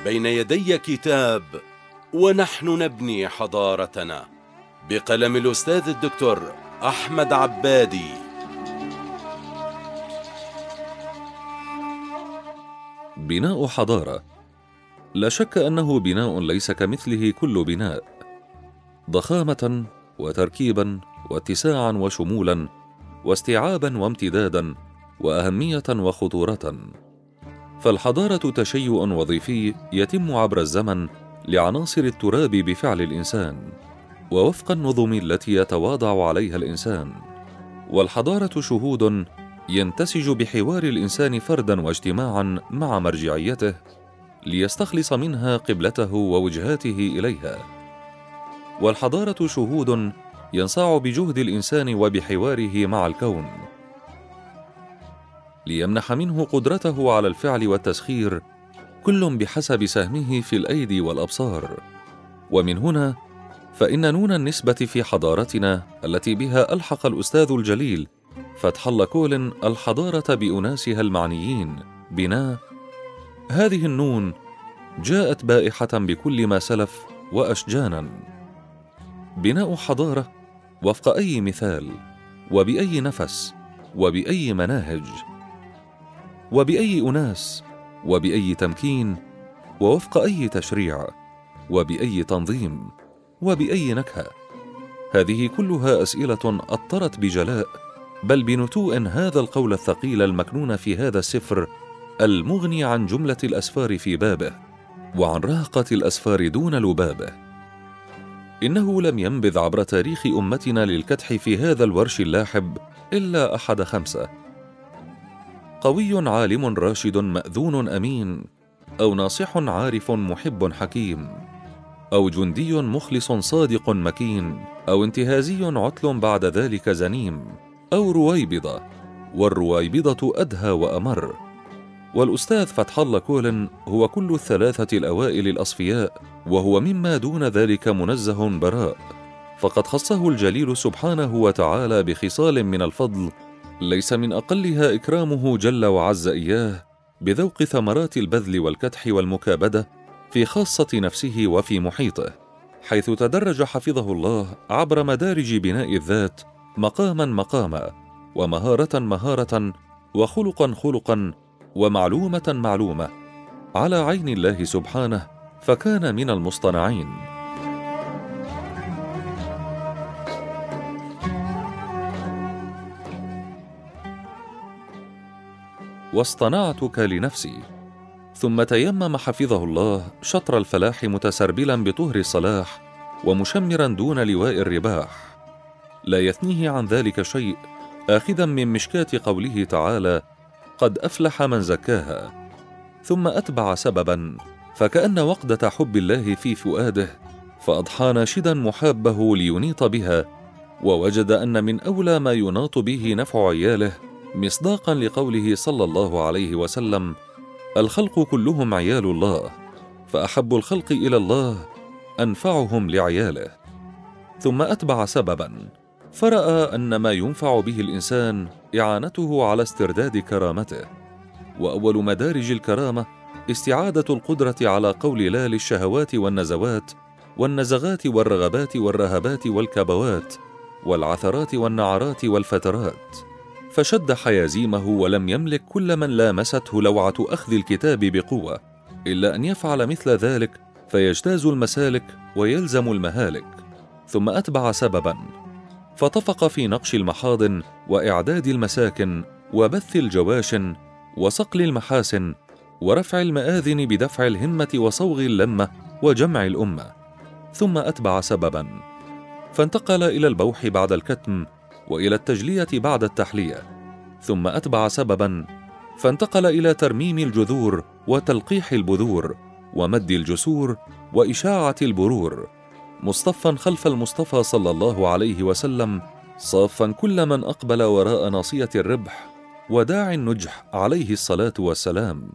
بين يدي كتاب ونحن نبني حضارتنا، بقلم الأستاذ الدكتور أحمد عبادي. بناء حضارة، لا شك أنه بناء ليس كمثله كل بناء، ضخامة وتركيبا واتساعا وشمولا واستيعابا وامتدادا وأهمية وخطورة. فالحضارة تشيء وظيفي يتم عبر الزمن لعناصر التراب بفعل الإنسان ووفق النظم التي يتواضع عليها الإنسان. والحضارة شهود ينتسج بحوار الإنسان فردا واجتماعا مع مرجعيته ليستخلص منها قبلته ووجهاته إليها. والحضارة شهود ينصاع بجهد الإنسان وبحواره مع الكون ليمنح منه قدرته على الفعل والتسخير، كل بحسب سهمه في الأيدي والأبصار. ومن هنا فإن نون النسبة في حضارتنا التي بها ألحق الأستاذ الجليل فتح الله كولن الحضارة بأناسها المعنيين بنا، هذه النون جاءت بائحة بكل ما سلف وأشجانا. بناء حضارة وفق أي مثال وبأي نفس وبأي مناهج وبأي أناس وبأي تمكين ووفق أي تشريع وبأي تنظيم وبأي نكهة. هذه كلها أسئلة أطرت بجلاء بل بنتوء هذا القول الثقيل المكنون في هذا السفر المغني عن جملة الأسفار في بابه وعن رهقة الأسفار دون لبابه. إنه لم ينبذ عبر تاريخ أمتنا للكدح في هذا الورش اللاحب إلا أحد خمسة: قوي عالم راشد مأذون أمين، أو ناصح عارف محب حكيم، أو جندي مخلص صادق مكين، أو انتهازي عتل بعد ذلك زنيم، أو رويبضة، والرويبضة أدهى وأمر. والأستاذ فتح الله كولن هو كل الثلاثة الأوائل الأصفياء، وهو مما دون ذلك منزه براء، فقد خصه الجليل سبحانه وتعالى بخصال من الفضل ليس من أقلها إكرامه جل وعز إياه بذوق ثمرات البذل والكدح والمكابدة في خاصة نفسه وفي محيطه، حيث تدرج حفظه الله عبر مدارج بناء الذات مقاما مقاما، ومهارة مهارة، وخلقا خلقا، ومعلومة معلومة، على عين الله سبحانه، فكان من المصطنعين. واصطنعتك لنفسي. ثم تيمم حفظه الله شطر الفلاح متسربلا بطهر الصلاح ومشمرا دون لواء الرباح، لا يثنيه عن ذلك شيء، آخذا من مشكاة قوله تعالى: قد أفلح من زكاها. ثم أتبع سببا، فكأن وقدة حب الله في فؤاده، فأضحى ناشدا محابه لينيط بها، ووجد أن من أولى ما يناط به نفع عياله، مصداقا لقوله صلى الله عليه وسلم: الخلق كلهم عيال الله، فأحب الخلق إلى الله أنفعهم لعياله. ثم أتبع سببا، فرأى أن ما ينفع به الإنسان إعانته على استرداد كرامته، وأول مدارج الكرامة استعادة القدرة على قول لا للشهوات والنزوات والنزغات والرغبات والرهبات والكبوات والعثرات والنعرات والفترات، فشد حيازيمه ولم يملك كل من لامسته لوعة أخذ الكتاب بقوة إلا أن يفعل مثل ذلك، فيجتاز المسالك ويلزم المهالك. ثم أتبع سببا، فطفق في نقش المحاضن وإعداد المساكن وبث الجواشن وصقل المحاسن ورفع المآذن بدفع الهمة وصوغ اللمة وجمع الأمة. ثم أتبع سببا، فانتقل إلى البوح بعد الكتم وإلى التجلية بعد التحلية. ثم أتبع سببا، فانتقل إلى ترميم الجذور وتلقيح البذور ومد الجسور وإشاعة البرور، مصطفا خلف المصطفى صلى الله عليه وسلم، صافا كل من أقبل وراء ناصية الربح وداعي النجح عليه الصلاة والسلام.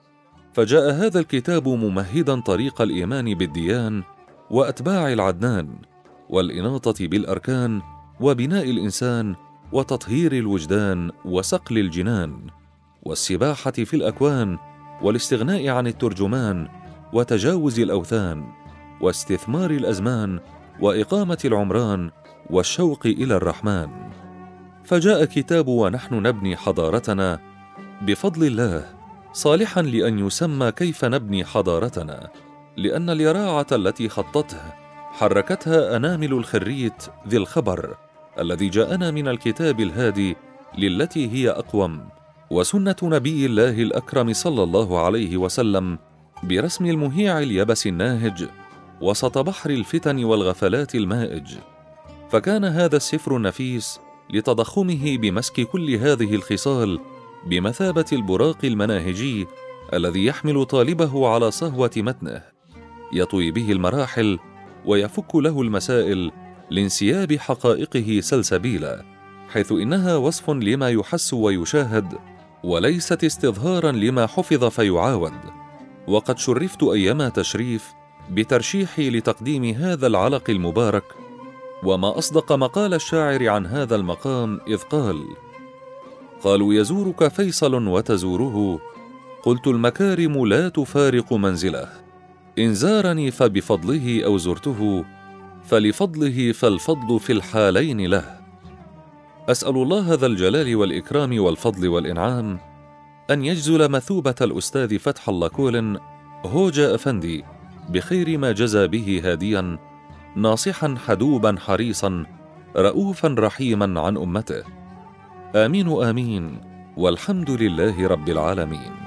فجاء هذا الكتاب ممهدا طريق الإيمان بالديان وأتباع العدنان، والإناطة بالأركان، وبناء الإنسان، وتطهير الوجدان، وصقل الجنان، والسباحة في الأكوان، والاستغناء عن الترجمان، وتجاوز الأوثان واستثمار الأزمان وإقامة العمران والشوق إلى الرحمن. فجاء كتاب ونحن نبني حضارتنا بفضل الله صالحا لأن يسمى كيف نبني حضارتنا، لأن اليراعة التي خطته حركتها أنامل الخريت ذي الخبر الذي جاءنا من الكتاب الهادي للتي هي أقوم، وسنة نبي الله الأكرم صلى الله عليه وسلم برسم المهيع اليبس الناهج وسط بحر الفتن والغفلات المائج. فكان هذا السفر النفيس لتضخمه بمسك كل هذه الخصال بمثابة البراق المناهجي الذي يحمل طالبه على صهوة متنه، يطوي به المراحل ويفك له المسائل لانسياب حقائقه سلسبيلا، حيث إنها وصف لما يحس ويشاهد وليست استظهارا لما حفظ فيعاود. وقد شرفت أيما تشريف بترشيحي لتقديم هذا العلق المبارك، وما أصدق مقال الشاعر عن هذا المقام إذ قال: قالوا يزورك فيصل وتزوره، قلت المكارم لا تفارق منزله، إن زارني فبفضله أو زرته، فلفضله فالفضل في الحالين له. أسأل الله ذا الجلال والإكرام والفضل والإنعام أن يجزل مثوبة الأستاذ فتح الله كولن هوجا أفندي بخير ما جزى به هاديا، ناصحا حدوبا حريصا رؤوفا رحيما عن أمته. آمين آمين، والحمد لله رب العالمين.